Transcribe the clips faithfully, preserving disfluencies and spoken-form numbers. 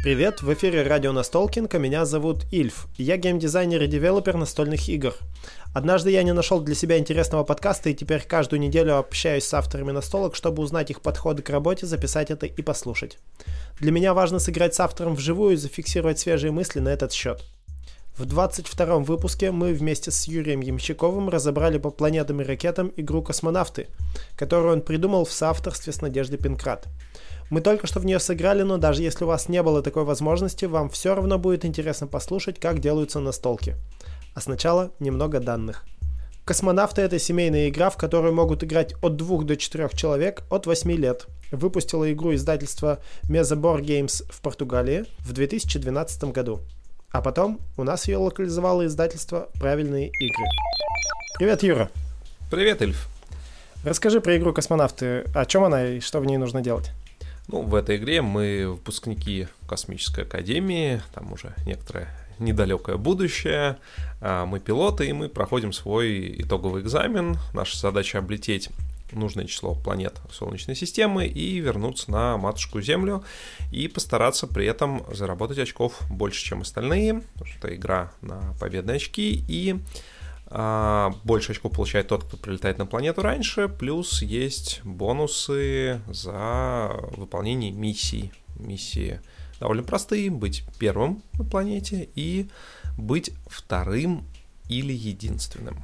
Привет, в эфире радио Настолкинг, а меня зовут Ильф. Я геймдизайнер и девелопер настольных игр. Однажды я не нашел для себя интересного подкаста и теперь каждую неделю общаюсь с авторами настолок, чтобы узнать их подходы к работе, записать это и послушать. Для меня важно сыграть с автором вживую и зафиксировать свежие мысли на этот счет. В двадцать втором выпуске мы вместе с Юрием Ямщиковым разобрали по планетам и ракетам игру «Космонавты», которую он придумал в соавторстве с Надеждой Пинкрат. Мы только что в нее сыграли, но даже если у вас не было такой возможности, вам все равно будет интересно послушать, как делаются настолки. А сначала немного данных. «Космонавты» — это семейная игра, в которую могут играть от двух до четырех человек от восьми лет. Выпустило игру издательство Mesa Board Games в Португалии в две тысячи двенадцатом году. А потом у нас ее локализовало издательство «Правильные игры». Привет, Юра. Привет, Ильф. Расскажи про игру «Космонавты». О чем она и что в ней нужно делать? Ну, в этой игре мы выпускники Космической академии, там уже некоторое недалекое будущее, мы пилоты, и мы проходим свой итоговый экзамен. Наша задача — облететь нужное число планет Солнечной системы и вернуться на матушку Землю, и постараться при этом заработать очков больше, чем остальные, потому что это игра на победные очки, и а, больше очков получает тот, кто прилетает на планету раньше, плюс есть бонусы за выполнение миссий. Миссии довольно простые: быть первым на планете и быть вторым или единственным.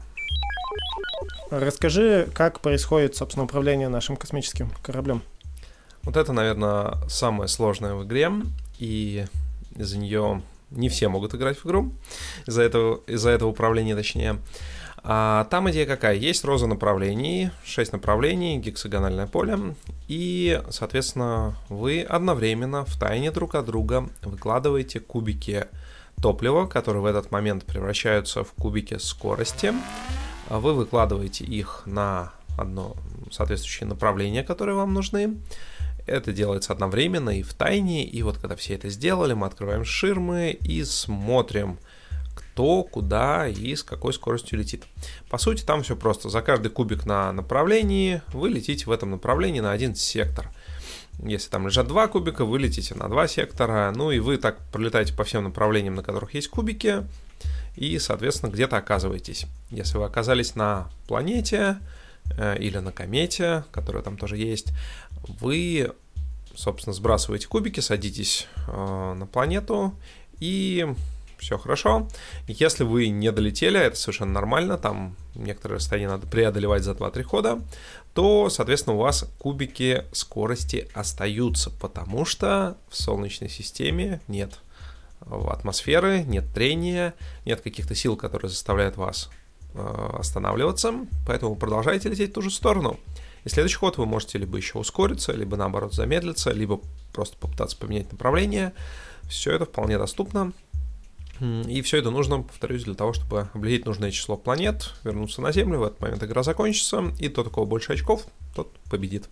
Расскажи, как происходит, собственно, управление нашим космическим кораблем. Вот это, наверное, самое сложное в игре, и из-за нее не все могут играть в игру, из-за этого, из-за этого управления, точнее. А там идея какая? Есть роза направлений, шесть направлений, гексагональное поле, и, соответственно, вы одновременно втайне друг от друга выкладываете кубики топлива, которые в этот момент превращаются в кубики скорости. Вы выкладываете их на одно соответствующее направление, которое вам нужны. Это делается одновременно и втайне. И вот когда все это сделали, мы открываем ширмы и смотрим, кто, куда и с какой скоростью летит. По сути, там все просто. За каждый кубик на направлении вы летите в этом направлении на один сектор. Если там лежат два кубика, вы летите на два сектора. Ну и вы так пролетаете по всем направлениям, на которых есть кубики, и, соответственно, где-то оказываетесь. Если вы оказались на планете э, или на комете, которая там тоже есть, вы, собственно, сбрасываете кубики, садитесь э, на планету, и все хорошо. Если вы не долетели, это совершенно нормально, там некоторые расстояния надо преодолевать за два-три хода, то, соответственно, у вас кубики скорости остаются, потому что в Солнечной системе нет атмосферы, нет трения, нет каких-то сил, которые заставляют вас э, останавливаться, поэтому продолжайте лететь в ту же сторону. И следующий ход вы можете либо еще ускориться, либо наоборот замедлиться, либо просто попытаться поменять направление. Все это вполне доступно. И все это нужно, повторюсь, для того, чтобы облететь нужное число планет, вернуться на Землю. В этот момент игра закончится, и тот, у кого больше очков, тот победит.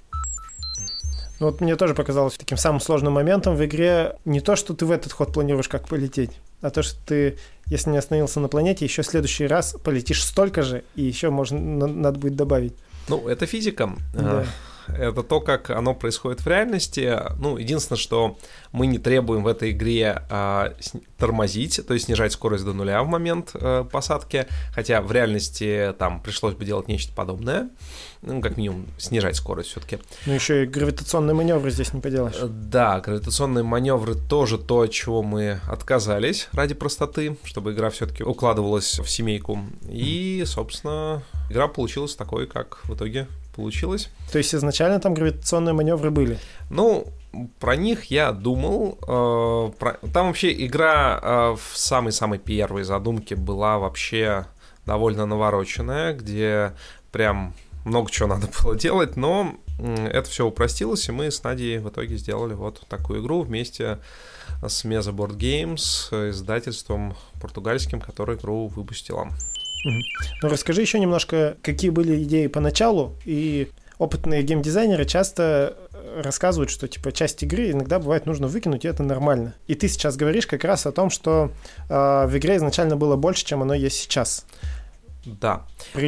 Ну вот мне тоже показалось таким самым сложным моментом в игре не то, что ты в этот ход планируешь, как полететь, а то, что ты, если не остановился на планете, еще в следующий раз полетишь столько же, и еще можно, надо будет добавить. Ну, это физика. Да. Это то, как оно происходит в реальности. Ну, единственное, что мы не требуем в этой игре а, тормозить, то есть снижать скорость до нуля в момент а, посадки, хотя в реальности там пришлось бы делать нечто подобное, ну, как минимум снижать скорость все-таки. Ну, еще и гравитационные маневры здесь не поделаешь. Да, гравитационные маневры тоже то, от чего мы отказались ради простоты, чтобы игра все-таки укладывалась в семейку. И, собственно, игра получилась такой, как в итоге получилось. То есть изначально там гравитационные маневры были? Ну, про них я думал. Э, про... Там вообще игра э, в самой-самой первой задумке была вообще довольно навороченная, где прям много чего надо было делать, но это все упростилось, и мы с Надей в итоге сделали вот такую игру вместе с Mesa Board Games, издательством португальским, которое игру выпустило. Ну, расскажи еще немножко, какие были идеи поначалу, и опытные геймдизайнеры часто рассказывают, что типа часть игры иногда бывает нужно выкинуть, и это нормально. И ты сейчас говоришь как раз о том, что э, в игре изначально было больше, чем оно есть сейчас. Да.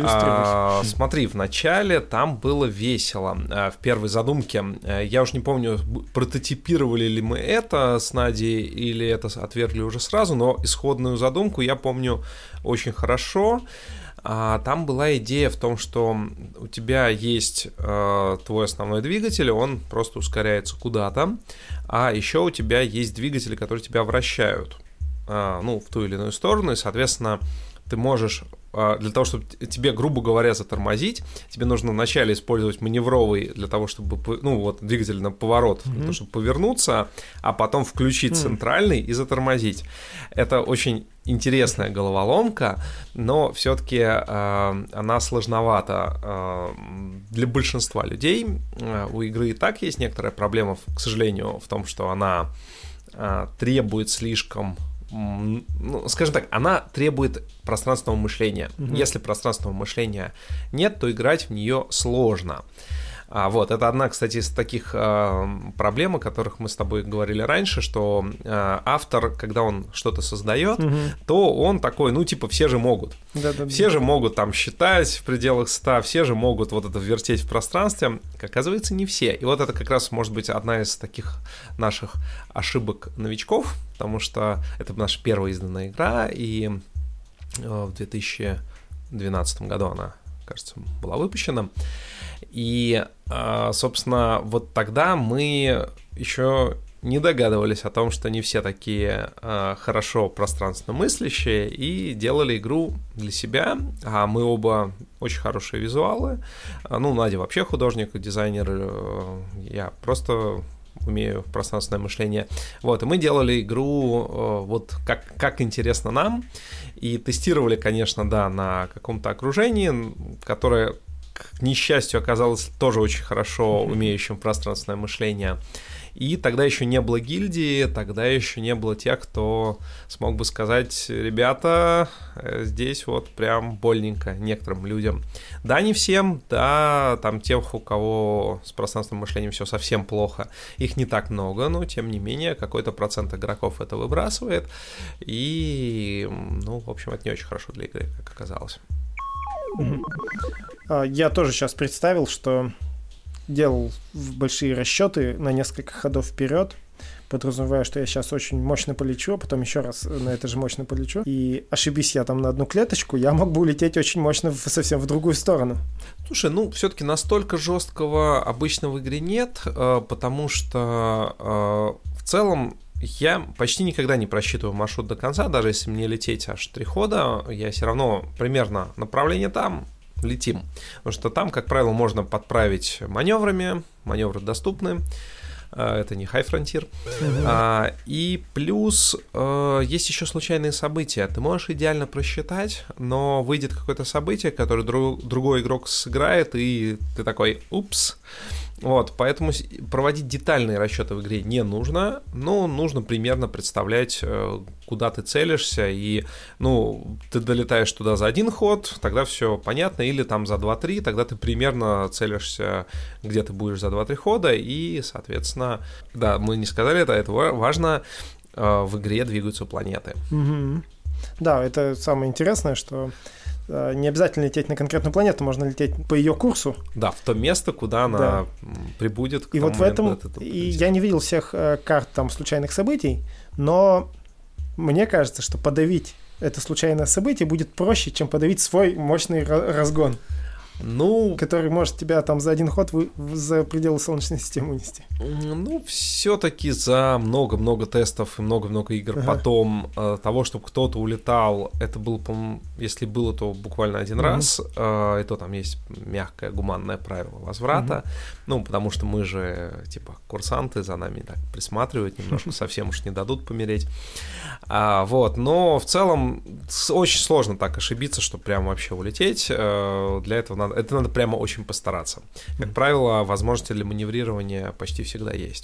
А, смотри, в начале там было весело. В первой задумке, я уж не помню, прототипировали ли мы это с Надей или это отвергли уже сразу, но исходную задумку я помню очень хорошо. А, там была идея в том, что у тебя есть э, твой основной двигатель, он просто ускоряется куда-то, а еще у тебя есть двигатели, которые тебя вращают, э, ну, в ту или иную сторону, и, соответственно, ты можешь, для того, чтобы тебе, грубо говоря, затормозить, тебе нужно вначале использовать маневровый для того, чтобы, ну, вот, двигатель на поворот, mm-hmm. для того, чтобы повернуться, а потом включить mm-hmm. центральный и затормозить. Это очень интересная головоломка, но все-таки э, она сложновата э, для большинства людей. У игры и так есть некоторая проблема, к сожалению, в том, что она э, требует слишком... Ну, скажем так, она требует пространственного мышления. Mm-hmm. Если пространственного мышления нет, то играть в нее сложно. А, вот, это одна, кстати, из таких э, проблем, о которых мы с тобой говорили раньше, что э, автор, когда он что-то создает, mm-hmm. то он такой, ну, типа, все же могут. Да-да-да. Все же могут там считать в пределах ста, все же могут вот это вертеть в пространстве. Оказывается, не все. И вот это как раз может быть одна из таких наших ошибок новичков, потому что это наша первая изданная игра, и в две тысячи двенадцатом году она, кажется, была выпущена. И, собственно, вот тогда мы еще не догадывались о том, что не все такие хорошо пространственно мыслящие, и делали игру для себя, а мы оба очень хорошие визуалы. Ну, Надя вообще художник, дизайнер, я просто... умею пространственное мышление. Вот, и мы делали игру э, вот как, как интересно нам, и тестировали, конечно, да, на каком-то окружении, которое, к несчастью, оказалось тоже очень хорошо умеющим пространственное мышление. И тогда еще не было гильдии, тогда еще не было тех, кто смог бы сказать: ребята, здесь вот прям больненько некоторым людям. Да, не всем, да, там тех, у кого с пространственным мышлением все совсем плохо, их не так много, но тем не менее какой-то процент игроков это выбрасывает, и, ну, в общем, это не очень хорошо для игры, как оказалось. Я тоже сейчас представил, что делал большие расчеты на несколько ходов вперед, подразумевая, что я сейчас очень мощно полечу, а потом еще раз на это же мощно полечу. И ошибись я там на одну клеточку, я мог бы улететь очень мощно в, совсем в другую сторону. Слушай, ну, все-таки настолько жесткого обычно в игре нет, потому что в целом я почти никогда не просчитываю маршрут до конца, даже если мне лететь аж три хода, я все равно примерно направление там, летим. Потому что там, как правило, можно подправить маневрами, маневры доступны, это не High Frontier. Mm-hmm. А, и плюс а, есть еще случайные события. Ты можешь идеально просчитать, но выйдет какое-то событие, которое друг, другой игрок сыграет, и ты такой: упс. Вот, поэтому проводить детальные расчеты в игре не нужно, но нужно примерно представлять, куда ты целишься, и, ну, ты долетаешь туда за один ход, тогда все понятно, или там за два-три, тогда ты примерно целишься, где ты будешь за два-три хода, и, соответственно, да, мы не сказали это, это важно, в игре двигаются планеты. Mm-hmm. Да, это самое интересное, что не обязательно лететь на конкретную планету, можно лететь по ее курсу. Да, в то место, куда она да. прибудет. К и вот в этом, и я не видел всех э, карт там случайных событий, но мне кажется, что подавить это случайное событие будет проще, чем подавить свой мощный разгон. Ну, который может тебя там за один ход вы, за пределы Солнечной системы унести. Ну, все-таки за много-много тестов и много-много игр ага. потом э, того, чтобы кто-то улетал, это было, по-моему, если было, то буквально один mm-hmm. раз, э, и то там есть мягкое, гуманное правило возврата, mm-hmm. ну, потому что мы же, типа, курсанты, за нами так присматривают немножко, совсем уж не дадут помереть. А, вот, но в целом очень сложно так ошибиться, что прям вообще улететь, э, для этого надо это надо прямо очень постараться. Как правило, возможности для маневрирования почти всегда есть.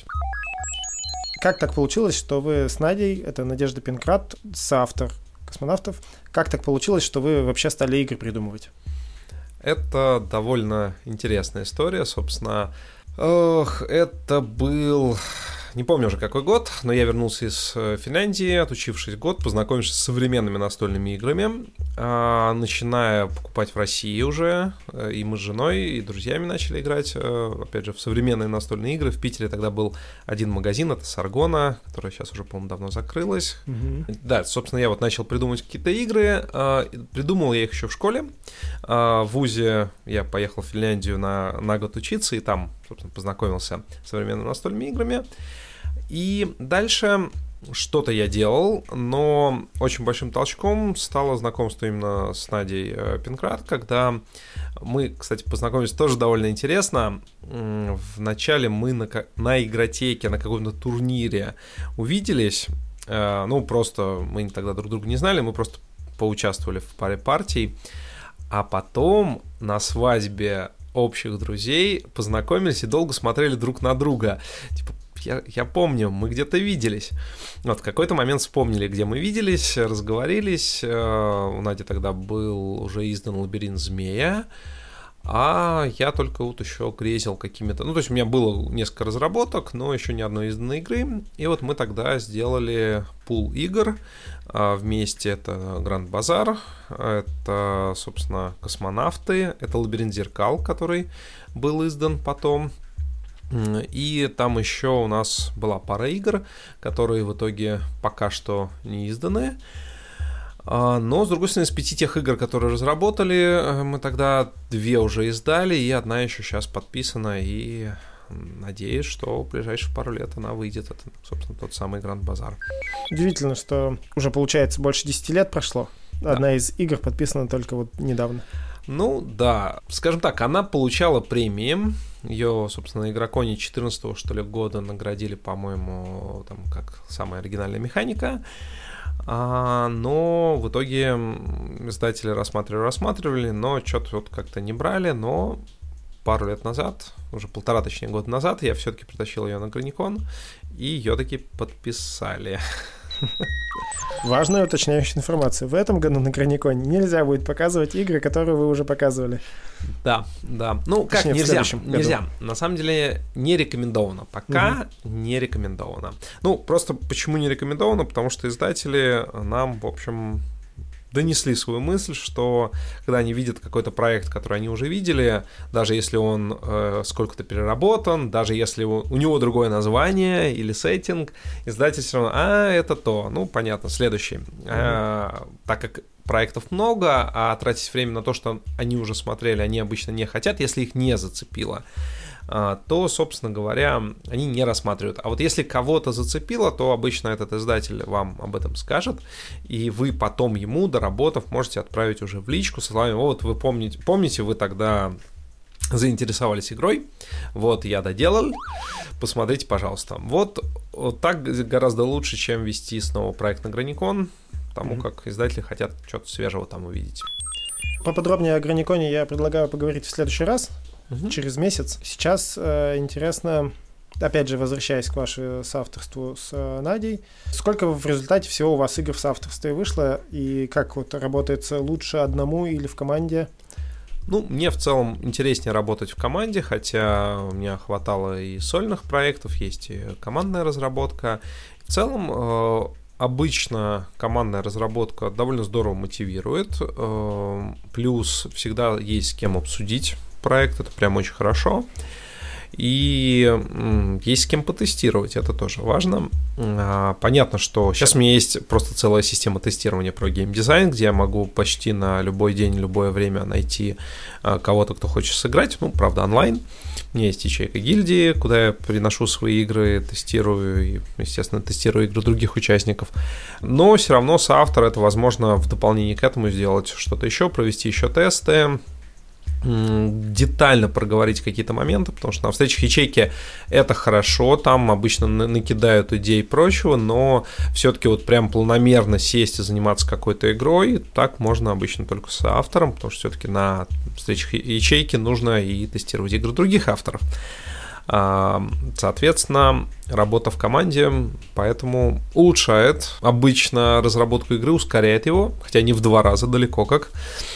Как так получилось, что вы с Надей, это Надежда Пинкрат, соавтор «Космонавтов», как так получилось, что вы вообще стали игры придумывать? Это довольно интересная история, собственно. Ох, это был не помню уже какой год, но я вернулся из Финляндии, отучившись год, познакомившись с современными настольными играми, начиная покупать в России уже, и мы с женой, и друзьями начали играть, опять же, в современные настольные игры. В Питере тогда был один магазин, это Саргона, которая сейчас уже, по-моему, давно закрылась. Mm-hmm. Да, собственно, я вот начал придумывать какие-то игры, придумал я их еще в школе, в вузе я поехал в Финляндию на, на год учиться, и там, собственно, познакомился с современными настольными играми. И дальше что-то я делал, но очень большим толчком стало знакомство именно с Надей Пинкрат, когда мы, кстати, познакомились тоже довольно интересно. Вначале мы на, на игротеке, на каком-то турнире увиделись, ну, просто мы тогда друг друга не знали, мы просто поучаствовали в паре партий, а потом на свадьбе общих друзей познакомились и долго смотрели друг на друга. Типа, я, я помню, мы где-то виделись. Вот в какой-то момент вспомнили, где мы виделись, разговорились. У Нади тогда был уже издан «Лабиринт змея», а я только вот еще грезил какими-то... Ну, то есть у меня было несколько разработок, но еще ни одной изданной игры. И вот мы тогда сделали пул игр вместе. Это Гранд Базар, это, собственно, Космонавты, это Лабиринт зеркал, который был издан потом. И там еще у нас была пара игр, которые в итоге пока что не изданы. Но, с другой стороны, из пяти тех игр, которые разработали, мы тогда две уже издали, и одна еще сейчас подписана, и надеюсь, что в ближайшие пару лет она выйдет. Это, собственно, тот самый Гранд Базар. Удивительно, что уже, получается, больше десяти лет прошло. Да. Одна из игр подписана только вот недавно. Ну, да. Скажем так, она получала премии. Ее, собственно, на Игроконе четырнадцатого, что ли, года наградили, по-моему, там, как самая оригинальная механика. А, но в итоге издатели рассматривали-рассматривали, но что-то вот как-то не брали, но пару лет назад, уже полтора, точнее, года назад, я все-таки притащил ее на Граникон, и ее таки подписали. Важная уточняющая информация. В этом году на Граниконе нельзя будет показывать игры, которые вы уже показывали. Да, да. Ну, как Точнее, нельзя? Нельзя. На самом деле не рекомендовано. Пока угу. не рекомендовано. Ну, просто почему не рекомендовано? Потому что издатели нам, в общем, донесли свою мысль, что когда они видят какой-то проект, который они уже видели, даже если он э, сколько-то переработан, даже если у, у него другое название или сеттинг, издатель все равно, а, это то. Ну, понятно, следующий. Mm-hmm. А, так как проектов много, а тратить время на то, что они уже смотрели, они обычно не хотят, если их не зацепило, то, собственно говоря, они не рассматривают. А вот если кого-то зацепило, то обычно этот издатель вам об этом скажет, и вы потом ему, доработав, можете отправить уже в личку со словами: вот вы помните, помните, вы тогда заинтересовались игрой, вот я доделал, посмотрите, пожалуйста. Вот, вот так гораздо лучше, чем вести снова проект на Граникон, потому mm-hmm. как издатели хотят что-то свежего там увидеть. Поподробнее о Граниконе я предлагаю поговорить в следующий раз. Угу. Через месяц. Сейчас э, интересно, опять же, возвращаясь к вашему соавторству с э, Надей, сколько в результате всего у вас игр в соавторстве вышло, и как вот работается лучше одному или в команде? Ну, мне в целом интереснее работать в команде, хотя у меня хватало и сольных проектов, есть и командная разработка. В целом, э, обычно командная разработка довольно здорово мотивирует, э, плюс всегда есть с кем обсудить проект, это прям очень хорошо. И м, есть с кем потестировать, это тоже важно. А, понятно, что сейчас у меня есть просто целая система тестирования про геймдизайн, где я могу почти на любой день, любое время найти а, кого-то, кто хочет сыграть. Ну, правда, онлайн. У меня есть ячейка гильдии, куда я приношу свои игры, тестирую и, естественно, тестирую игры других участников. Но все равно соавтор — это возможно в дополнение к этому сделать что-то еще, провести еще тесты, детально проговорить какие-то моменты, потому что на встречах ячейки это хорошо, там обычно накидают идей и прочего, но все-таки вот прям планомерно сесть и заниматься какой-то игрой, так можно обычно только с автором, потому что все-таки на встречах ячейки нужно и тестировать игры других авторов. Соответственно, работа в команде поэтому улучшает обычно разработку игры, ускоряет его, хотя не в два раза, далеко как.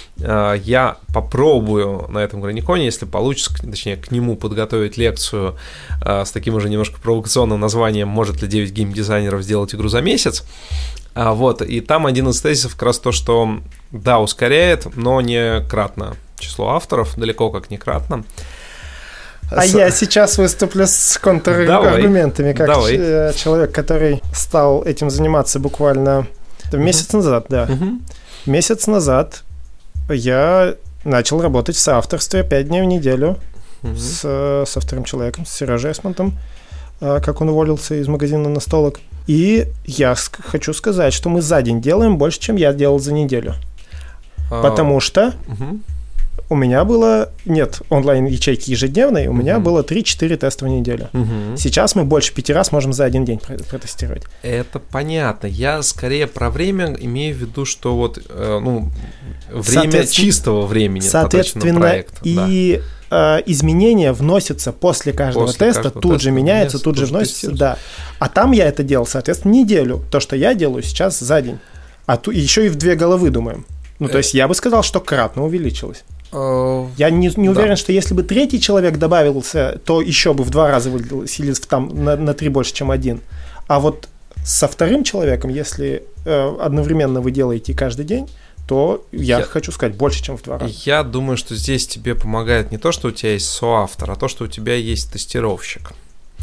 Я попробую на этом Граниконе, если получится, точнее, к нему подготовить лекцию с таким уже немножко провокационным названием «Может ли девять геймдизайнеров сделать игру за месяц?». Вот, и там один из тезисов как раз то, что да, ускоряет, но не кратно число авторов, далеко как не кратно. А с... я сейчас выступлю с контраргументами, как Давай. человек, который стал этим заниматься буквально месяц uh-huh. назад, да. Uh-huh. Месяц назад я начал работать в соавторстве пять дней в неделю uh-huh. с, со вторым человеком, с Сережей Эсмонтом, как он уволился из магазина настолок. И я хочу сказать, что мы за день делаем больше, чем я делал за неделю. Uh-huh. Потому что... Uh-huh. У меня было, нет онлайн-ячейки ежедневной, у uh-huh. меня было три-четыре теста в неделю. Uh-huh. Сейчас мы больше пяти раз можем за один день протестировать. Это понятно. Я скорее про время имею в виду, что вот э, ну, время чистого времени. Соответственно, проект, и да. э, изменения вносятся после каждого после теста, каждого тут теста же меняется, тут же вносится. Да. А там я это делал, соответственно, неделю. То, что я делаю сейчас за день. А ту, еще и в две головы думаем. Ну, то есть я бы сказал, что кратно увеличилось. Я не, не уверен, да. что если бы третий человек добавился, то еще бы в два раза вылилось, или там на, на три больше, чем один. А вот со вторым человеком, если э, одновременно вы делаете каждый день, то я, я хочу сказать, больше, чем в два раза. Я думаю, что здесь тебе помогает не то, что у тебя есть соавтор, а то, что у тебя есть тестировщик.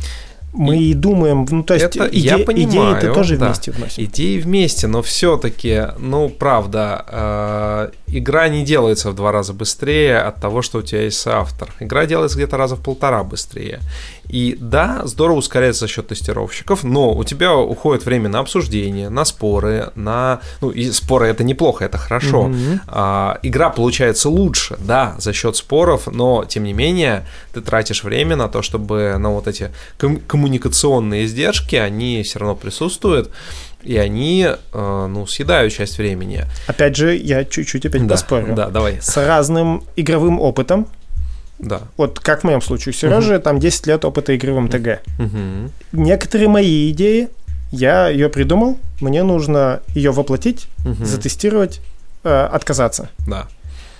Мы и, и думаем, ну, то есть это, иде, я понимаю, идеи-то тоже да, вместе вносим. Идеи вместе, но все-таки, ну, правда, э, игра не делается в два раза быстрее от того, что у тебя есть соавтор. Игра делается где-то раза в полтора быстрее. И да, здорово ускоряется за счет тестировщиков, но у тебя уходит время на обсуждение, на споры, на... Ну, и споры — это неплохо, это хорошо. Mm-hmm. А, игра получается лучше, да, за счет споров, но, тем не менее, ты тратишь время на то, чтобы, ну, вот эти ком- коммуникационные издержки, они все равно присутствуют, и они, э, ну, съедают часть времени. Опять же, я чуть-чуть опять да, поспорю. Да, давай. С разным игровым опытом. Да. Вот как в моем случае, у Сережи uh-huh. там десять лет опыта игры в эм тэ гэ. Uh-huh. Некоторые мои идеи, я ее придумал, мне нужно ее воплотить, uh-huh. затестировать, э, отказаться. Да.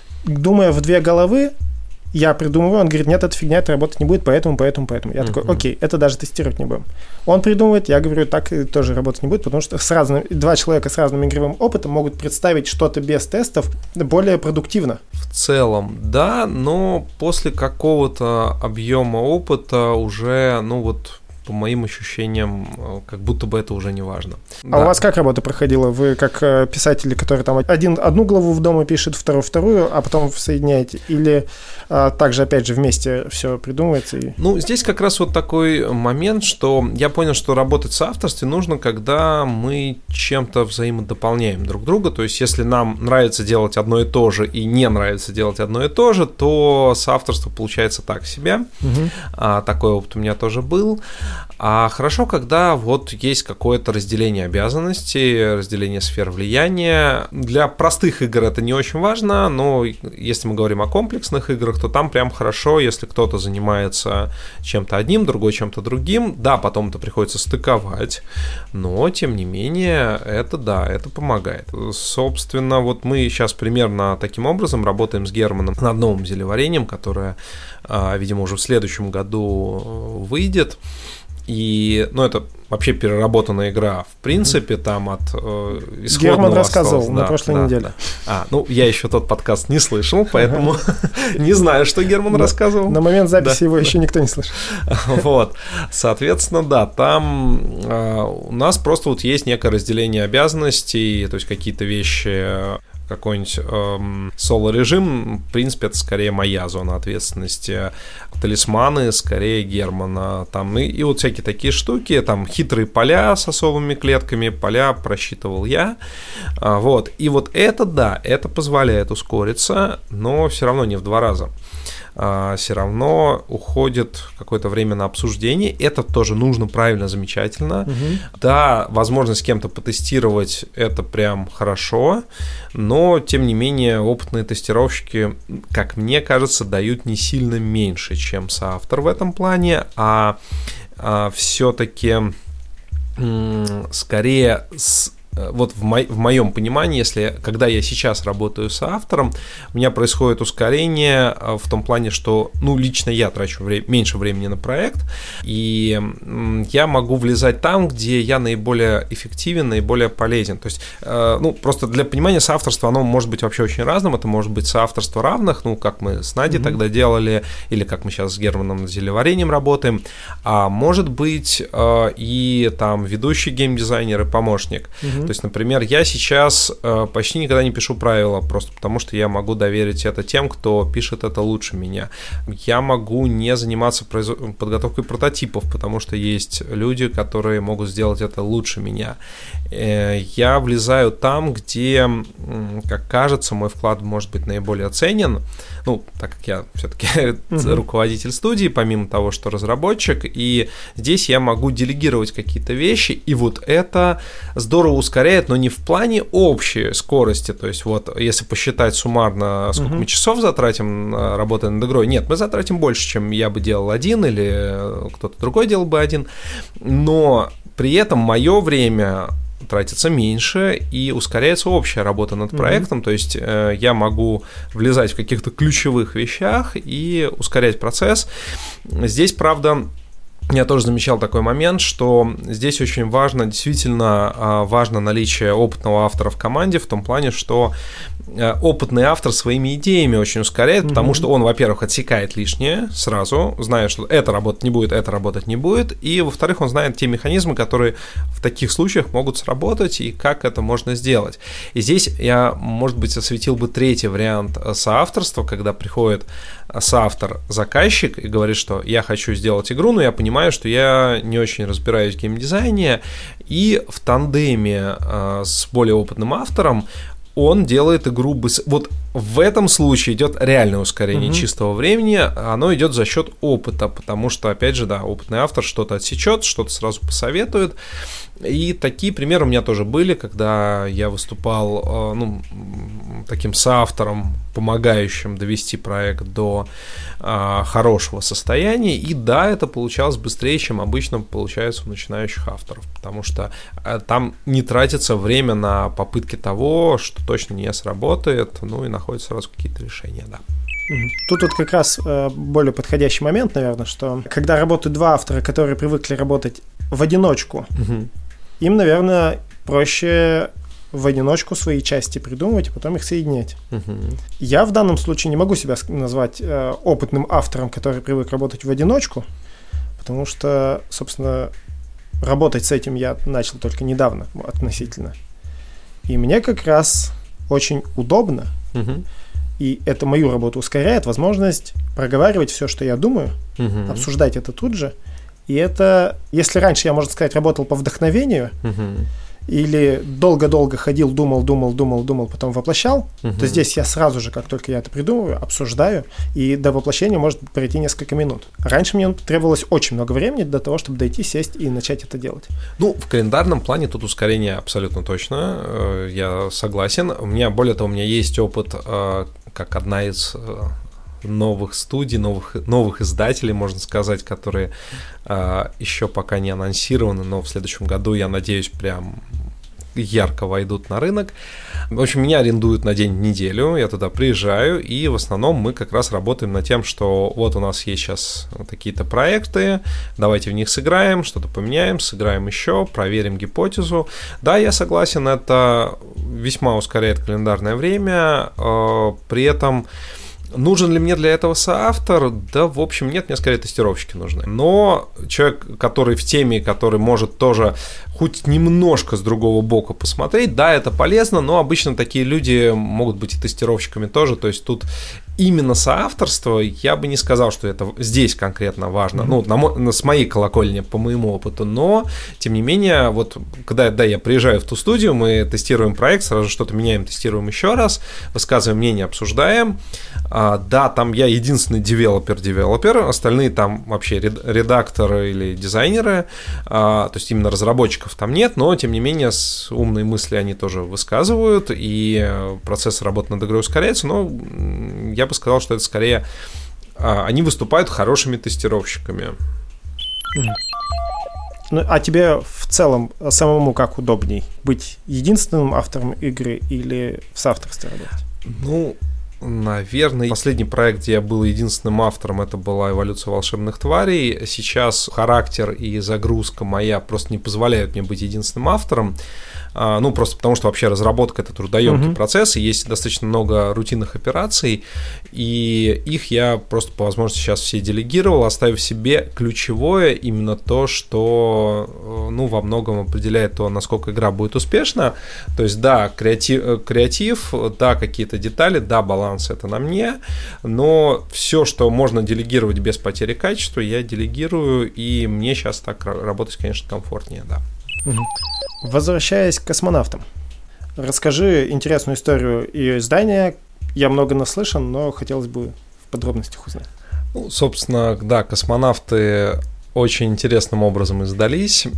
Думая в две головы, я придумываю, он говорит, нет, эта фигня, это работать не будет, поэтому, поэтому, поэтому. Я uh-huh. такой, окей, это даже тестировать не будем. Он придумывает, я говорю, так тоже работать не будет, потому что с разным, два человека с разным игровым опытом могут представить что-то без тестов более продуктивно. В целом, да, но после какого-то объема опыта уже, ну вот, по моим ощущениям, как будто бы это уже не важно. А да. у вас как работа проходила? Вы как писатели, которые там один, одну главу в дома пишет, вторую вторую, а потом соединяете? Или а, также, опять же, вместе все придумывается? И... Ну, здесь как раз вот такой момент, что я понял, что работать в соавторстве нужно, когда мы чем-то взаимодополняем друг друга. То есть, если нам нравится делать одно и то же и не нравится делать одно и то же, то соавторство получается так себе. Угу. А, такой опыт у меня тоже был. А хорошо, когда вот есть какое-то разделение обязанностей, разделение сфер влияния. Для простых игр это не очень важно, но если мы говорим о комплексных играх, то там прям хорошо, если кто-то занимается чем-то одним, другой чем-то другим. Да, потом это приходится стыковать, но тем не менее это да, это помогает. Собственно, вот мы сейчас примерно таким образом работаем с Германом над новым зелеварением, которое, видимо, уже в следующем году выйдет. И, ну, это вообще переработанная игра, в принципе, там от э, исходного Герман рассказывал осталось, на да, прошлой да, неделе. Да. А, ну, я еще тот подкаст не слышал, поэтому не знаю, что Герман рассказывал. На момент записи его еще никто не слышал. Вот, соответственно, да, там у нас просто вот есть некое разделение обязанностей, то есть какие-то вещи... какой-нибудь эм, соло-режим, в принципе, это скорее моя зона ответственности. Талисманы скорее Германа. Там, и, и вот всякие такие штуки, там хитрые поля с особыми клетками, поля просчитывал я. А, вот. И вот это, да, это позволяет ускориться, но все равно не в два раза. а, все равно уходит какое-то время на обсуждение. Это тоже нужно, правильно, замечательно. Угу. Да, возможность с кем-то потестировать — это прям хорошо, но, тем не менее, опытные тестировщики, как мне кажется, дают не сильно меньше, чем соавтор в этом плане, а, а все-таки м- скорее с Вот в, мо- в моем понимании, если, когда я сейчас работаю с автором, у меня происходит ускорение в том плане, что, ну, лично я трачу вре- меньше времени на проект, и м, я могу влезать там, где я наиболее эффективен, наиболее полезен. То есть, э, ну, просто для понимания, соавторство, оно может быть вообще очень разным. Это может быть соавторство равных, ну, как мы с Надей mm-hmm. тогда делали, или как мы сейчас с Германом над зелеварением работаем, а может быть э, и там ведущий геймдизайнер и помощник. Mm-hmm. То есть, например, я сейчас э, почти никогда не пишу правила, просто потому что я могу доверить это тем, кто пишет это лучше меня. Я могу не заниматься произ... подготовкой прототипов, потому что есть люди, которые могут сделать это лучше меня. Э, я влезаю там, где, как кажется, мой вклад может быть наиболее ценен. Ну, так как я все-таки uh-huh. руководитель студии, помимо того, что разработчик, и здесь я могу делегировать какие-то вещи, и вот это здорово ускоряет, но не в плане общей скорости, то есть вот если посчитать суммарно, сколько uh-huh. мы часов затратим, работая над игрой, нет, мы затратим больше, чем я бы делал один, или кто-то другой делал бы один, но при этом мое время тратится меньше и ускоряется общая работа над проектом, mm-hmm. то есть э, я могу влезать в каких-то ключевых вещах и ускорять процесс. Здесь, правда, я тоже замечал такой момент, что здесь очень важно, действительно важно наличие опытного автора в команде в том плане, что опытный автор своими идеями очень ускоряет, mm-hmm. потому что он, во-первых, отсекает лишнее сразу, зная, что это работать не будет, это работать не будет, и, во-вторых, он знает те механизмы, которые в таких случаях могут сработать, и как это можно сделать. И здесь я, может быть, осветил бы третий вариант соавторства, когда приходит соавтор-заказчик и говорит, что я хочу сделать игру, но я понимаю, что я не очень разбираюсь в геймдизайне, и в тандеме с более опытным автором он делает игру быстро. Вот в этом случае идет реальное ускорение mm-hmm. чистого времени, оно идет за счет опыта, потому что, опять же, да, опытный автор что-то отсечет, что-то сразу посоветует. И такие примеры у меня тоже были, когда я выступал ну, таким соавтором, помогающим довести проект до а, хорошего состояния. И да, это получалось быстрее, чем обычно получается у начинающих авторов, потому что а, там не тратится время на попытки того, что точно не сработает, ну и находятся сразу какие-то решения, да. Тут вот как раз э, более подходящий момент, наверное, что когда работают два автора, которые привыкли работать в одиночку, угу. им, наверное, проще в одиночку свои части придумывать, а потом их соединять. Uh-huh. Я в данном случае не могу себя назвать э, опытным автором, который привык работать в одиночку, потому что, собственно, работать с этим я начал только недавно относительно. И мне как раз очень удобно, uh-huh. и это мою работу ускоряет, возможность проговаривать все, что я думаю, uh-huh. обсуждать это тут же. И это, если раньше я, можно сказать, работал по вдохновению, uh-huh. или долго-долго ходил, думал, думал, думал, думал, потом воплощал, uh-huh. то здесь я сразу же, как только я это придумываю, обсуждаю, и до воплощения может пройти несколько минут. Раньше мне требовалось очень много времени для того, чтобы дойти, сесть и начать это делать. Ну, в календарном плане тут ускорение абсолютно точно, я согласен. У меня, более того, у меня есть опыт, как одна из новых студий, новых, новых издателей, можно сказать, которые э, еще пока не анонсированы, но в следующем году, я надеюсь, прям ярко войдут на рынок. В общем, меня арендуют на день-неделю, я туда приезжаю, и в основном мы как раз работаем над тем, что вот у нас есть сейчас такие-то проекты, давайте в них сыграем, что-то поменяем, сыграем еще, проверим гипотезу. Да, я согласен, это весьма ускоряет календарное время, э, при этом нужен ли мне для этого соавтор? Да, в общем, нет, мне скорее тестировщики нужны. Но человек, который в теме, который может тоже хоть немножко с другого бока посмотреть, да, это полезно, но обычно такие люди могут быть и тестировщиками тоже, то есть тут именно соавторство, я бы не сказал, что это здесь конкретно важно, mm-hmm. ну, на, на, с моей колокольни, по моему опыту, но, тем не менее, вот, когда да, я приезжаю в ту студию, мы тестируем проект, сразу что-то меняем, тестируем еще раз, высказываем мнение, обсуждаем, А, да, там я единственный девелопер-девелопер, остальные там вообще редакторы или дизайнеры, а, то есть именно разработчиков там нет, но тем не менее с умные мысли они тоже высказывают, и процесс работы над игрой ускоряется, но я бы сказал, что это скорее а, они выступают хорошими тестировщиками. Ну, а тебе в целом самому как удобней? Быть единственным автором игры или в соавторстве работать? Ну, наверное, последний проект, где я был единственным автором, это была «Эволюция волшебных тварей». Сейчас характер и загрузка моя просто не позволяют мне быть единственным автором. Ну, просто потому что вообще разработка — это трудоемкий uh-huh. процесс, и есть достаточно много рутинных операций, и их я просто по возможности сейчас все делегировал, оставив себе ключевое именно то, что, ну, во многом определяет то, насколько игра будет успешна. То есть, да, креатив, креатив, да, какие-то детали, да, баланс — это на мне, но все, что можно делегировать без потери качества, я делегирую, и мне сейчас так работать, конечно, комфортнее, да. Возвращаясь к космонавтам, расскажи интересную историю ее издания. Я много наслышан, но хотелось бы в подробностях узнать. Ну, собственно, да, космонавты очень интересным образом издались.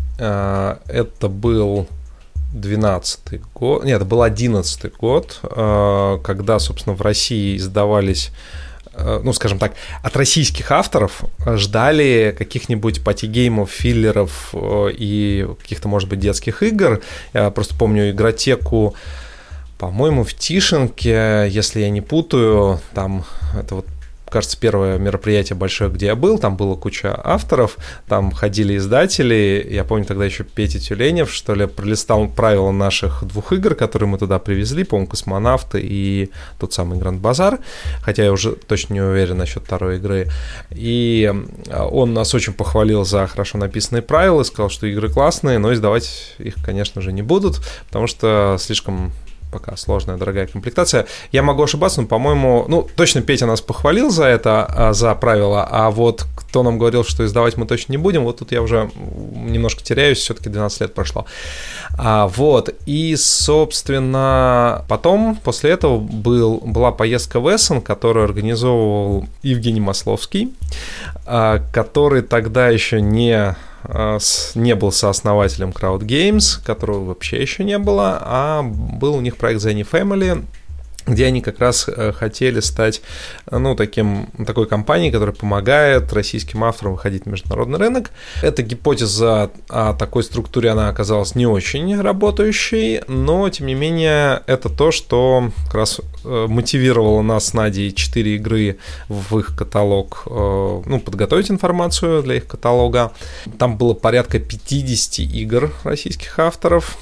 Это был двенадцатый год, нет, это был одиннадцатый год, когда, собственно, в России издавались, ну, скажем так, от российских авторов ждали каких-нибудь патигеймов, филлеров и каких-то, может быть, детских игр. Я просто помню игротеку, по-моему, в Тишинке, если я не путаю, там это вот, кажется, первое мероприятие большое, где я был, там была куча авторов, там ходили издатели, я помню тогда еще Петя Тюленев, что ли, пролистал правила наших двух игр, которые мы туда привезли, по-моему, «Космонавты» и тот самый «Гранд Базар», хотя я уже точно не уверен насчет второй игры, и он нас очень похвалил за хорошо написанные правила, сказал, что игры классные, но издавать их, конечно же, не будут, потому что слишком... пока сложная, дорогая комплектация. Я могу ошибаться, но, по-моему, ну, точно Петя нас похвалил за это, за правила, а вот кто нам говорил, что издавать мы точно не будем, вот тут я уже немножко теряюсь, все-таки двенадцать лет прошло. А, вот, и, собственно, потом, после этого был, была поездка в Эссен, которую организовывал Евгений Масловский, а, который тогда еще не... не был сооснователем Crowd Games, которого вообще еще не было, а был у них проект The Any Family, где они как раз хотели стать, ну, таким, такой компанией, которая помогает российским авторам выходить на международный рынок. Эта гипотеза о такой структуре, она оказалась не очень работающей, но, тем не менее, это то, что как раз мотивировало нас с Надей четыре игры в их каталог, ну, подготовить информацию для их каталога. Там было порядка пятьдесят игр российских авторов,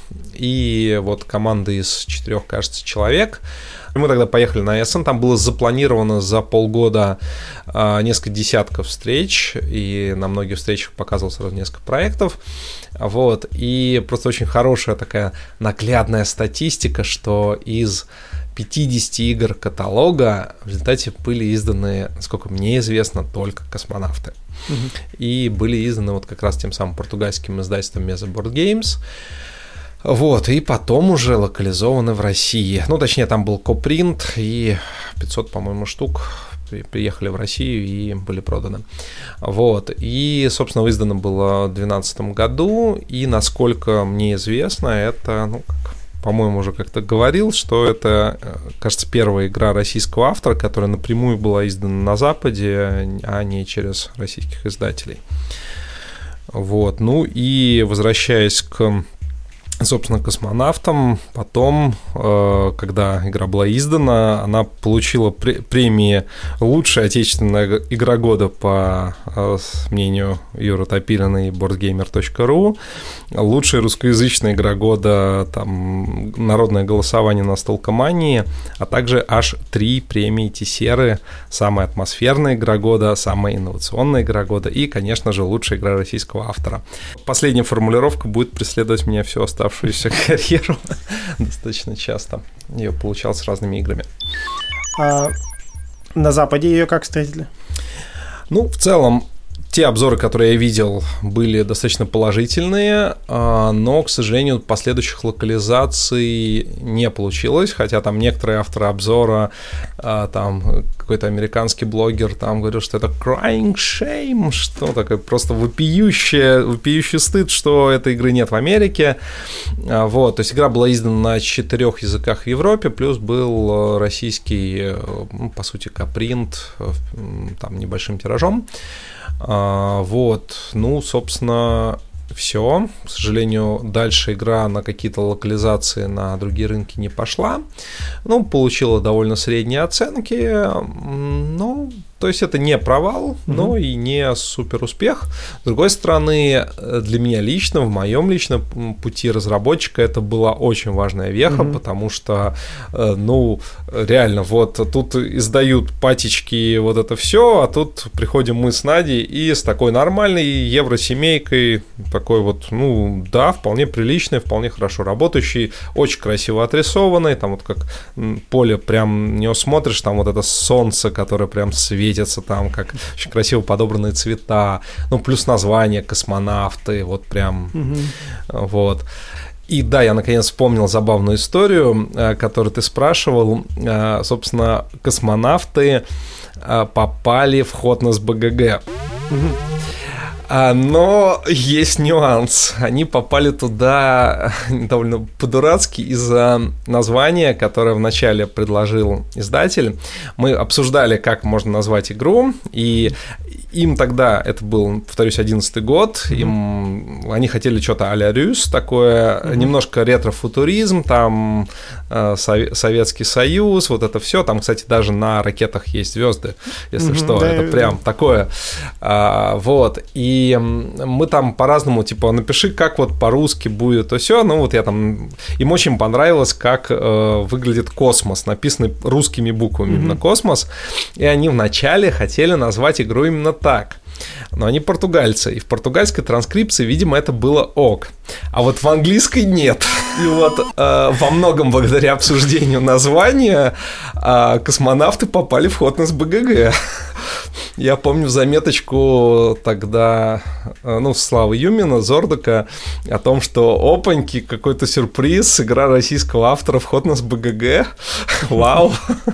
и вот команда из четырех, кажется, человек. Мы тогда поехали на Эссен, там было запланировано за полгода а, несколько десятков встреч, и на многих встречах показывал сразу несколько проектов, вот, и просто очень хорошая такая наглядная статистика, что из пятьдесят игр каталога в результате были изданы, насколько мне известно, только «Космонавты». Mm-hmm. И были изданы вот как раз тем самым португальским издательством Mesa Board Games. Вот, и потом уже локализованы в России. Ну, точнее, там был копринт, и пятьсот, по-моему, штук приехали в Россию и были проданы. Вот, и, собственно, издано было в две тысячи двенадцатом году, и, насколько мне известно, это, ну, как, по-моему, уже как-то говорил, что это, кажется, первая игра российского автора, которая напрямую была издана на Западе, а не через российских издателей. Вот, ну и возвращаясь к... собственно, «Космонавтам», потом, когда игра была издана, она получила премии «Лучшая отечественная игра года» по мнению Юры Топилина и boardgamer точка ру, «Лучшая русскоязычная игра года», там, «Народное голосование на Столкомании», а также аж три премии Тесеры: «Самая атмосферная игра года», «Самая инновационная игра года» и, конечно же, «Лучшая игра российского автора». Последняя формулировка будет преследовать меня всю оставшуюся карьеру достаточно часто. Ее получал с разными играми. А на Западе ее как встретили? Ну, в целом, те обзоры, которые я видел, были достаточно положительные, но, к сожалению, последующих локализаций не получилось, хотя там некоторые авторы обзора там какой-то американский блогер там говорил, что это crying shame, что такое просто вопиющее, вопиющий стыд, что этой игры нет в Америке. Вот, то есть игра была издана на четырех языках в Европе, плюс был российский, ну, по сути, капринт, там, небольшим тиражом. Вот, ну, собственно... Все. К сожалению, дальше игра на какие-то локализации на другие рынки не пошла. Ну, получила довольно средние оценки. Ну, то есть это не провал, mm-hmm. но и не супер успех. С другой стороны, для меня лично, в моем личном пути разработчика это была очень важная веха, mm-hmm. потому что, ну, реально, вот тут издают патички, вот это все, а тут приходим мы с Надей и с такой нормальной евросемейкой, такой вот, ну, да, вполне приличной, вполне хорошо работающей, очень красиво отрисованной, там вот как поле прям на него смотришь, там вот это солнце, которое прям светится, там, как очень красиво подобранные цвета, ну, плюс название космонавты, вот прям, mm-hmm. вот. И да, я наконец вспомнил забавную историю, которую ты спрашивал. Собственно, космонавты попали в Hotness би джи джи. Mm-hmm. Но есть нюанс. Они попали туда довольно по-дурацки из-за названия, которое вначале предложил издатель. Мы обсуждали, как можно назвать игру, и им тогда, это был, повторюсь, одиннадцатый год, mm-hmm. им, они хотели что-то а-ля Рюс, такое, mm-hmm. немножко ретро-футуризм, там э, Сов- Советский Союз, вот это все. Там, кстати, даже на ракетах есть звезды, если mm-hmm. что, да, это прям такое. А, вот, и мы там по-разному, типа, напиши, как вот по-русски будет, то все. Ну, вот я там, им очень понравилось, как э, выглядит космос, написанный русскими буквами, mm-hmm. именно космос, и они вначале хотели назвать игру именно так. Но они португальцы, и в португальской транскрипции, видимо, это было ок. А вот в английской нет. И вот э, во многом благодаря обсуждению названия э, космонавты попали в Hotness би джи джи. Я помню заметочку тогда, ну, Славы Юмина, Зордака, о том, что опаньки, какой-то сюрприз, игра российского автора в Hotness би джи джи. Вау!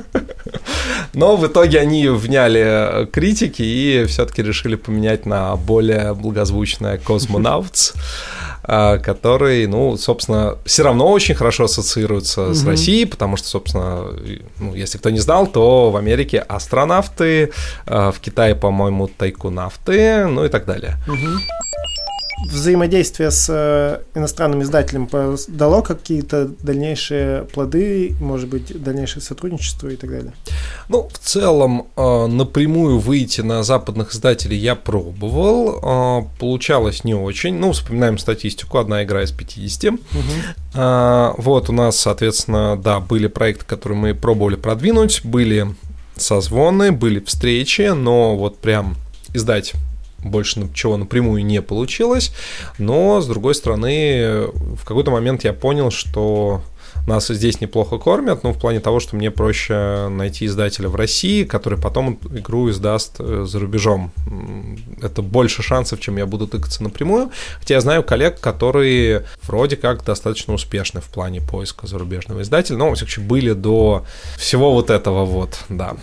Но в итоге они вняли критики и все-таки решили поменять на более благозвучное Cosmonauts, который, ну, собственно, все равно очень хорошо ассоциируется mm-hmm. с Россией, потому что, собственно, ну, если кто не знал, то в Америке астронавты, в Китае, по-моему, тайкунавты, ну и так далее. Mm-hmm. Взаимодействие с иностранным издателем дало какие-то дальнейшие плоды, может быть, дальнейшее сотрудничество и так далее? Ну, в целом, напрямую выйти на западных издателей я пробовал, получалось не очень. Ну, вспоминаем статистику, одна игра из пятидесяти. Угу. Вот, у нас, соответственно, да, были проекты, которые мы пробовали продвинуть, были созвоны, были встречи, но вот прям издать больше чего напрямую не получилось, но, с другой стороны, в какой-то момент я понял, что нас здесь неплохо кормят, ну, в плане того, что мне проще найти издателя в России, который потом игру издаст за рубежом. Это больше шансов, чем я буду тыкаться напрямую, хотя я знаю коллег, которые вроде как достаточно успешны в плане поиска зарубежного издателя, но, во всяком случае, были до всего вот этого вот, да.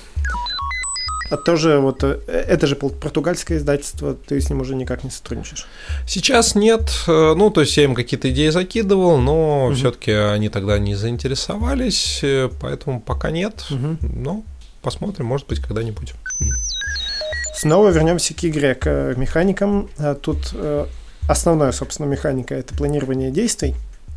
А тоже вот это же португальское издательство, ты с ним уже никак не сотрудничаешь? Сейчас нет, ну то есть я им какие-то идеи закидывал, но угу. все-таки они тогда не заинтересовались, поэтому пока нет, угу. но посмотрим, может быть, когда-нибудь. Снова вернемся к игре, к механикам. Тут основная, собственно, механика – это планирование действий,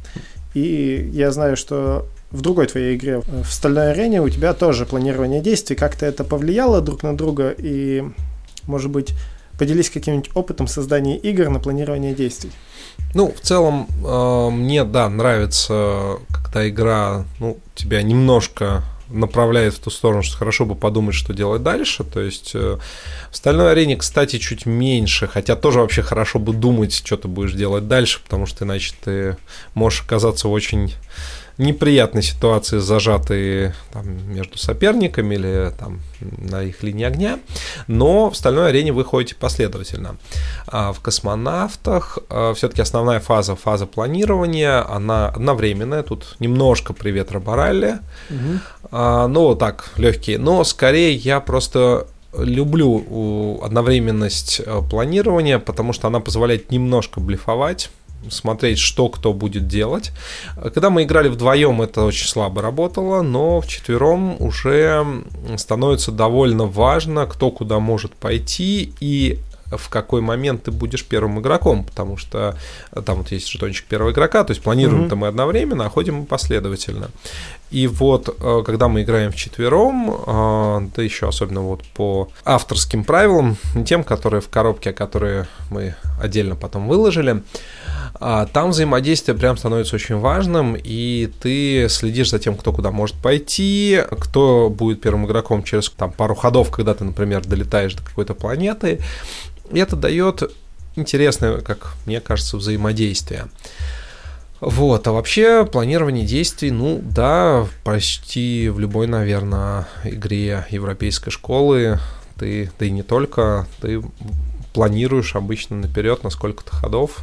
и я знаю, что в другой твоей игре, в «Стальной арене», у тебя тоже планирование действий. Как-то это повлияло друг на друга? И, может быть, поделись каким-нибудь опытом создания игр на планирование действий. Ну, в целом, э, мне, да, нравится, когда игра, ну, тебя немножко направляет в ту сторону, что хорошо бы подумать, что делать дальше. То есть э, в «Стальной арене», кстати, чуть меньше, хотя тоже вообще хорошо бы думать, что ты будешь делать дальше, потому что иначе ты можешь оказаться в очень неприятные ситуации, зажатые там, между соперниками или там, на их линии огня, но в остальной арене вы ходите последовательно. А в космонавтах все-таки основная фаза, фаза планирования, она одновременная, тут немножко привет Роборалли, угу. а, ну так, легкие, но скорее я просто люблю одновременность планирования, потому что она позволяет немножко блефовать, смотреть, что кто будет делать. Когда мы играли вдвоем, это очень слабо работало, но вчетвером уже становится довольно важно, кто куда может пойти и в какой момент ты будешь первым игроком, потому что там вот есть жетончик первого игрока, то есть планируем-то mm-hmm. мы одновременно, а ходим мы последовательно. И вот, когда мы играем вчетвером, да еще особенно вот по авторским правилам, не тем, которые в коробке, которые мы отдельно потом выложили, там взаимодействие прям становится очень важным, и ты следишь за тем, кто куда может пойти, кто будет первым игроком через там, пару ходов, когда ты, например, долетаешь до какой-то планеты. И это дает интересное, как мне кажется, взаимодействие. Вот, а вообще планирование действий, ну да, почти в любой, наверное, игре европейской школы ты, да и не только, ты планируешь обычно наперед на сколько-то ходов.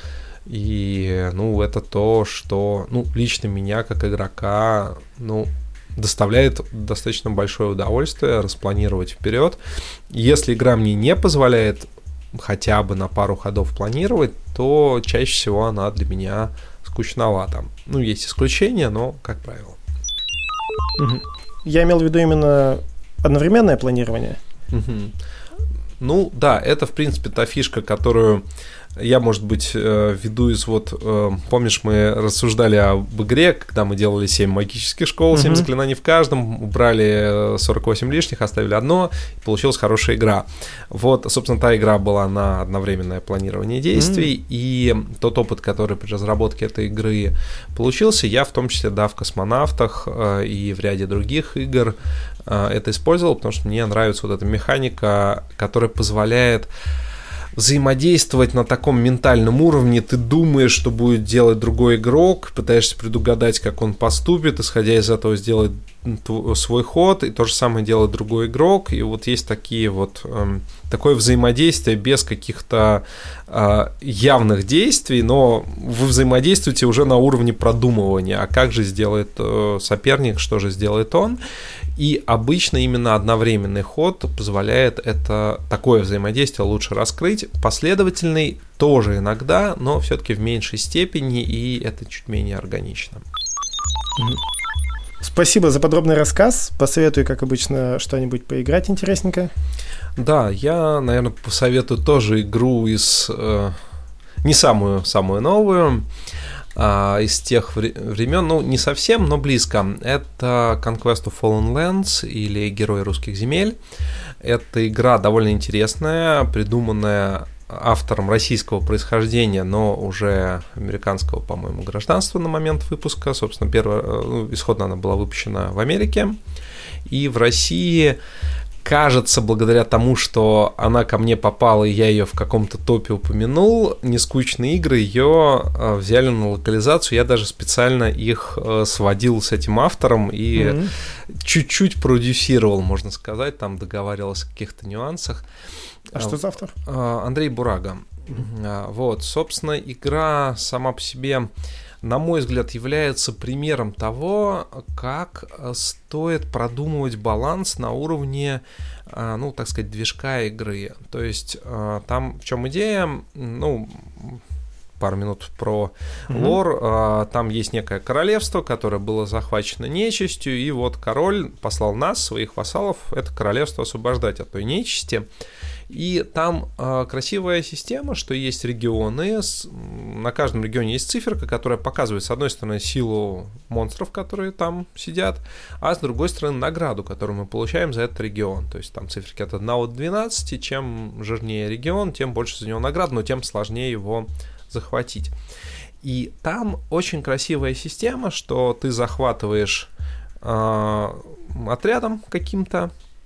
И, ну, это то, что, ну, лично меня, как игрока, ну, доставляет достаточно большое удовольствие распланировать вперед. Если игра мне не позволяет хотя бы на пару ходов планировать, то чаще всего она для меня скучновата. Ну, есть исключения, но, как правило. Угу. Я имел в виду именно одновременное планирование. Угу. Ну, да, это, в принципе, та фишка, которую я, может быть, веду из вот... Помнишь, мы рассуждали об игре, когда мы делали семь магических школ, семь uh-huh. заклинаний в каждом, убрали сорок восемь лишних, оставили одно, и получилась хорошая игра. Вот, собственно, та игра была на одновременное планирование действий, uh-huh. и тот опыт, который при разработке этой игры получился, я в том числе, да, в «Космонавтах» и в ряде других игр это использовал, потому что мне нравится вот эта механика, которая позволяет взаимодействовать на таком ментальном уровне. Ты думаешь, что будет делать другой игрок, пытаешься предугадать, как он поступит, исходя из этого сделать свой ход, и то же самое делает другой игрок. И вот есть такие вот э, такое взаимодействие без каких-то э, явных действий, но вы взаимодействуете уже на уровне продумывания. А как же сделает э, соперник, что же сделает он? И обычно именно одновременный ход позволяет это такое взаимодействие лучше раскрыть. Последовательный тоже иногда, но все-таки в меньшей степени, и это чуть менее органично. Спасибо за подробный рассказ. Посоветую, как обычно, что-нибудь поиграть интересненько. Да, я, наверное, посоветую тоже игру из э, не самую самую новую. Из тех времен, ну, не совсем, но близко. Это Conquest of Fallen Lands или Герои русских земель. Эта игра довольно интересная, придуманная автором российского происхождения, но уже американского, по-моему, гражданства на момент выпуска. Собственно, первая, ну, исходно она была выпущена в Америке. И в России, кажется, благодаря тому, что она ко мне попала, и я ее в каком-то топе упомянул, нескучные игры ее взяли на локализацию. Я даже специально их сводил с этим автором и mm-hmm. чуть-чуть продюсировал, можно сказать, там договаривался о каких-то нюансах. А что за автор? Андрей Бурага. Mm-hmm. Вот, собственно, игра сама по себе, на мой взгляд, является примером того, как стоит продумывать баланс на уровне, ну, так сказать, движка игры. То есть там в чем идея, ну, пару минут про mm-hmm. лор. Там есть некое королевство, которое было захвачено нечистью, и вот король послал нас, своих вассалов, это королевство освобождать от той нечисти. И там э, красивая система, что есть регионы, с, на каждом регионе есть циферка, которая показывает, с одной стороны, силу монстров, которые там сидят, а с другой стороны, награду, которую мы получаем за этот регион. То есть там циферки от одного до двенадцати, чем жирнее регион, тем больше за него наград, но тем сложнее его захватить. И там очень красивая система, что ты захватываешь э, отрядом каким-то,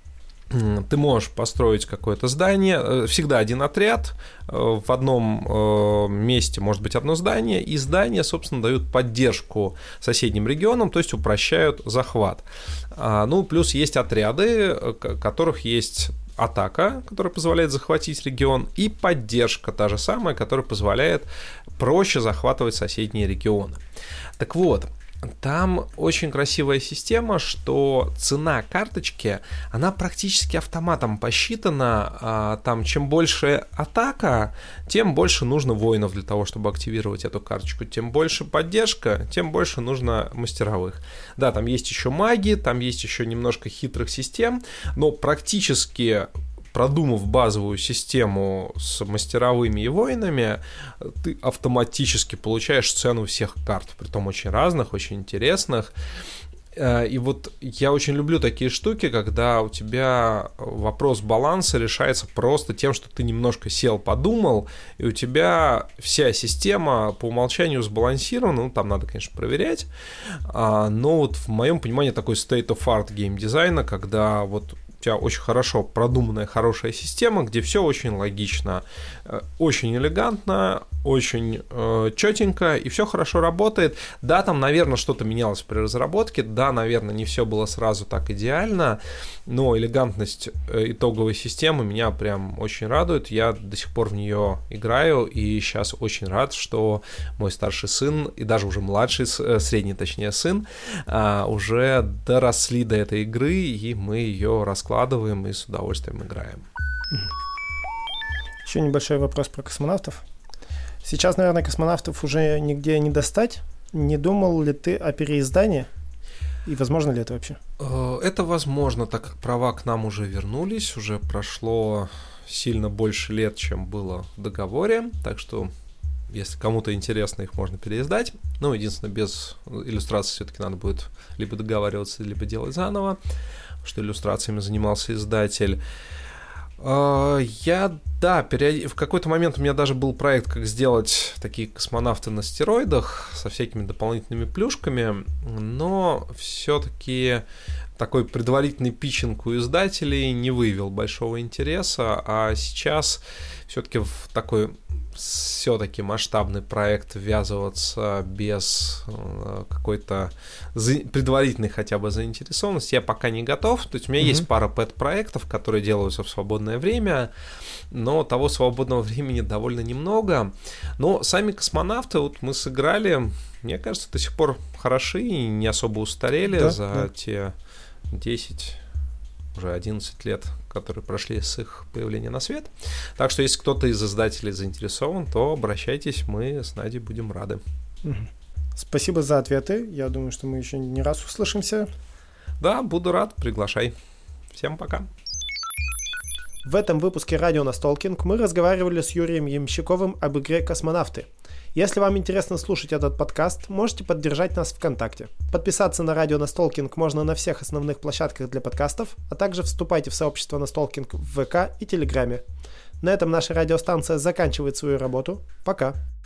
Ты можешь построить какое-то здание, всегда один отряд, в одном месте может быть одно здание, и здания, собственно, дают поддержку соседним регионам, то есть упрощают захват. Ну, плюс есть отряды, у которых есть атака, которая позволяет захватить регион, и поддержка та же самая, которая позволяет проще захватывать соседние регионы. Так вот, там очень красивая система, что цена карточки, она практически автоматом посчитана. Там чем больше атака, тем больше нужно воинов для того, чтобы активировать эту карточку. Тем больше поддержка, тем больше нужно мастеровых. Да, там есть еще маги, там есть еще немножко хитрых систем, но практически... продумав базовую систему с мастеровыми и воинами, ты автоматически получаешь цену всех карт, притом очень разных, очень интересных. И вот я очень люблю такие штуки, когда у тебя вопрос баланса решается просто тем, что ты немножко сел, подумал, и у тебя вся система по умолчанию сбалансирована. Ну, там надо, конечно, проверять. Но вот в моем понимании такой state of art геймдизайна, когда вот у тебя очень хорошо продуманная, хорошая система, где все очень логично, очень элегантно, очень э, четенько, и все хорошо работает. Да, там, наверное, что-то менялось при разработке, да, наверное, не все было сразу так идеально, но элегантность итоговой системы меня прям очень радует. Я до сих пор в нее играю, и сейчас очень рад, что мой старший сын, и даже уже младший, средний, точнее, сын, э, уже доросли до этой игры, и мы ее раскладываем и с удовольствием играем. Еще небольшой вопрос про космонавтов. Сейчас, наверное, космонавтов уже нигде не достать. Не думал ли ты о переиздании? И возможно ли это вообще? Это возможно, так как права к нам уже вернулись. Уже прошло сильно больше лет, чем было в договоре. Так что, если кому-то интересно, их можно переиздать. Ну, единственное, без иллюстраций все-таки надо будет либо договариваться, либо делать заново, потому что иллюстрациями занимался издатель. Я, да, период... в какой-то момент у меня даже был проект, как сделать такие космонавты на стероидах со всякими дополнительными плюшками, но все-таки такой предварительный питчинг у издателей не выявил большого интереса, а сейчас все-таки в такой все-таки масштабный проект ввязываться без какой-то предварительной хотя бы заинтересованности я пока не готов. То есть у меня mm-hmm. есть пара пэт-проектов, которые делаются в свободное время, но того свободного времени довольно немного. Но сами космонавты, вот мы сыграли, мне кажется, до сих пор хороши и не особо устарели да, за да. те десять, уже одиннадцать лет, которые прошли с их появления на свет. Так что, если кто-то из издателей заинтересован, то обращайтесь, мы с Надей будем рады. Спасибо за ответы. Я думаю, что мы еще не раз услышимся. Да, буду рад, приглашай. Всем пока. В этом выпуске «Радио Настолкинг» мы разговаривали с Юрием Ямщиковым об игре «Космонавты». Если вам интересно слушать этот подкаст, можете поддержать нас ВКонтакте. Подписаться на «Радио Настолкинг» можно на всех основных площадках для подкастов, а также вступайте в сообщество Настолкинг в ВК и Телеграме. На этом наша радиостанция заканчивает свою работу. Пока!